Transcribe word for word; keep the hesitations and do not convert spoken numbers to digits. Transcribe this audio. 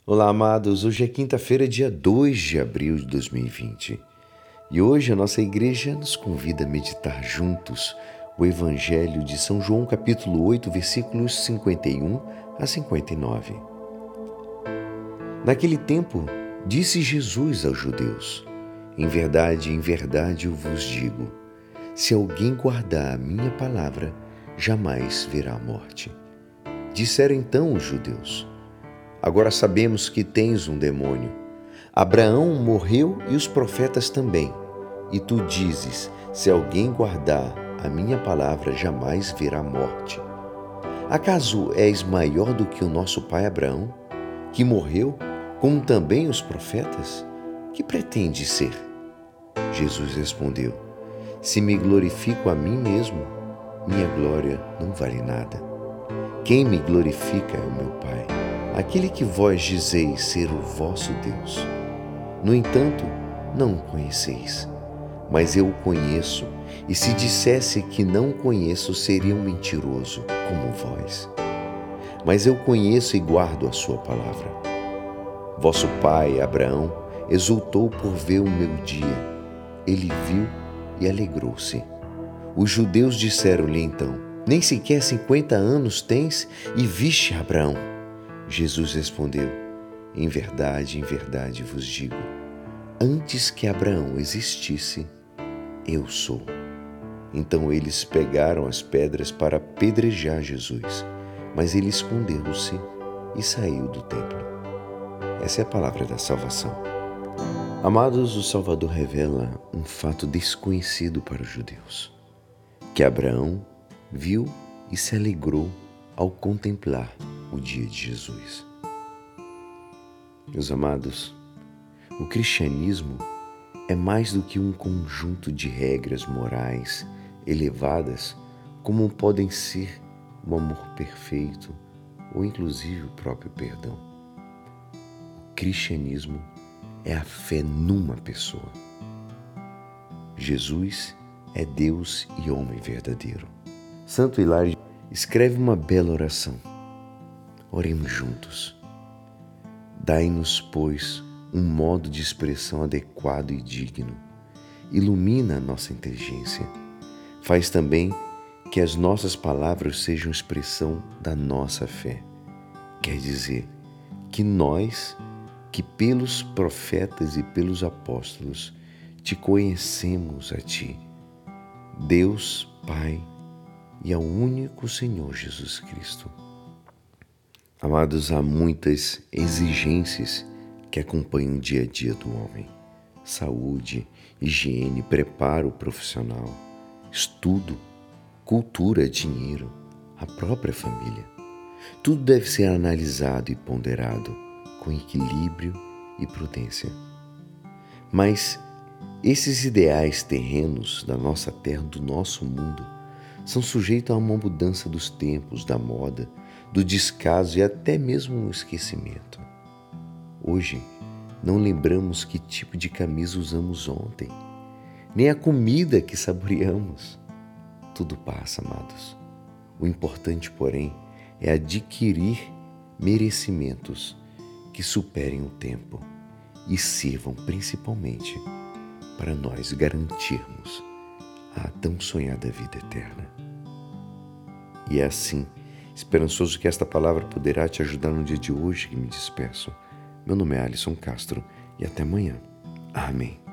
Olá, amados. Hoje é quinta-feira, dia dois de abril de dois mil e vinte. E hoje a nossa igreja nos convida a meditar juntos o Evangelho de São João, capítulo oito, versículos cinquenta e um a cinquenta e nove. Naquele tempo, disse Jesus aos judeus: Em verdade, em verdade eu vos digo, se alguém guardar a minha palavra, jamais verá a morte. Disseram então os judeus: Agora sabemos que tens um demônio. Abraão morreu e os profetas também. E tu dizes, se alguém guardar a minha palavra, jamais verá morte. Acaso és maior do que o nosso pai Abraão, que morreu, como também os profetas? Que pretendes ser? Jesus respondeu, se me glorifico a mim mesmo, minha glória não vale nada. Quem me glorifica é o meu Pai, aquele que vós dizeis ser o vosso Deus. No entanto, não o conheceis, mas eu o conheço, e se dissesse que não o conheço, seria um mentiroso, como vós. Mas eu conheço e guardo a sua palavra. Vosso pai, Abraão, exultou por ver o meu dia. Ele viu e alegrou-se. Os judeus disseram-lhe então, nem sequer cinquenta anos tens e viste Abraão. Jesus respondeu, em verdade, em verdade vos digo, antes que Abraão existisse, eu sou. Então eles pegaram as pedras para apedrejar Jesus, mas ele escondeu-se e saiu do templo. Essa é a palavra da salvação. Amados, o Salvador revela um fato desconhecido para os judeus, que Abraão viu e se alegrou ao contemplar o dia de Jesus. Meus amados, o cristianismo é mais do que um conjunto de regras morais elevadas, como podem ser o amor perfeito ou inclusive o próprio perdão. O cristianismo é a fé numa pessoa. Jesus é Deus e homem verdadeiro. Santo Hilário escreve uma bela oração. Oremos juntos. Dai-nos, pois, um modo de expressão adequado e digno. Ilumina a nossa inteligência. Faz também que as nossas palavras sejam expressão da nossa fé. Quer dizer, que nós, que pelos profetas e pelos apóstolos, te conhecemos a ti, Deus, Pai, e ao único Senhor Jesus Cristo. Amados, há muitas exigências que acompanham o dia a dia do homem. Saúde, higiene, preparo profissional, estudo, cultura, dinheiro, a própria família. Tudo deve ser analisado e ponderado com equilíbrio e prudência. Mas esses ideais terrenos da nossa terra, do nosso mundo, são sujeitos a uma mudança dos tempos, da moda, do descaso e até mesmo um esquecimento. Hoje, não lembramos que tipo de camisa usamos ontem, nem a comida que saboreamos. Tudo passa, amados. O importante, porém, é adquirir merecimentos que superem o tempo e sirvam principalmente para nós garantirmos a tão sonhada vida eterna. E é assim, esperançoso que esta palavra poderá te ajudar no dia de hoje que me despeço. Meu nome é Alisson Castro e até amanhã. Amém.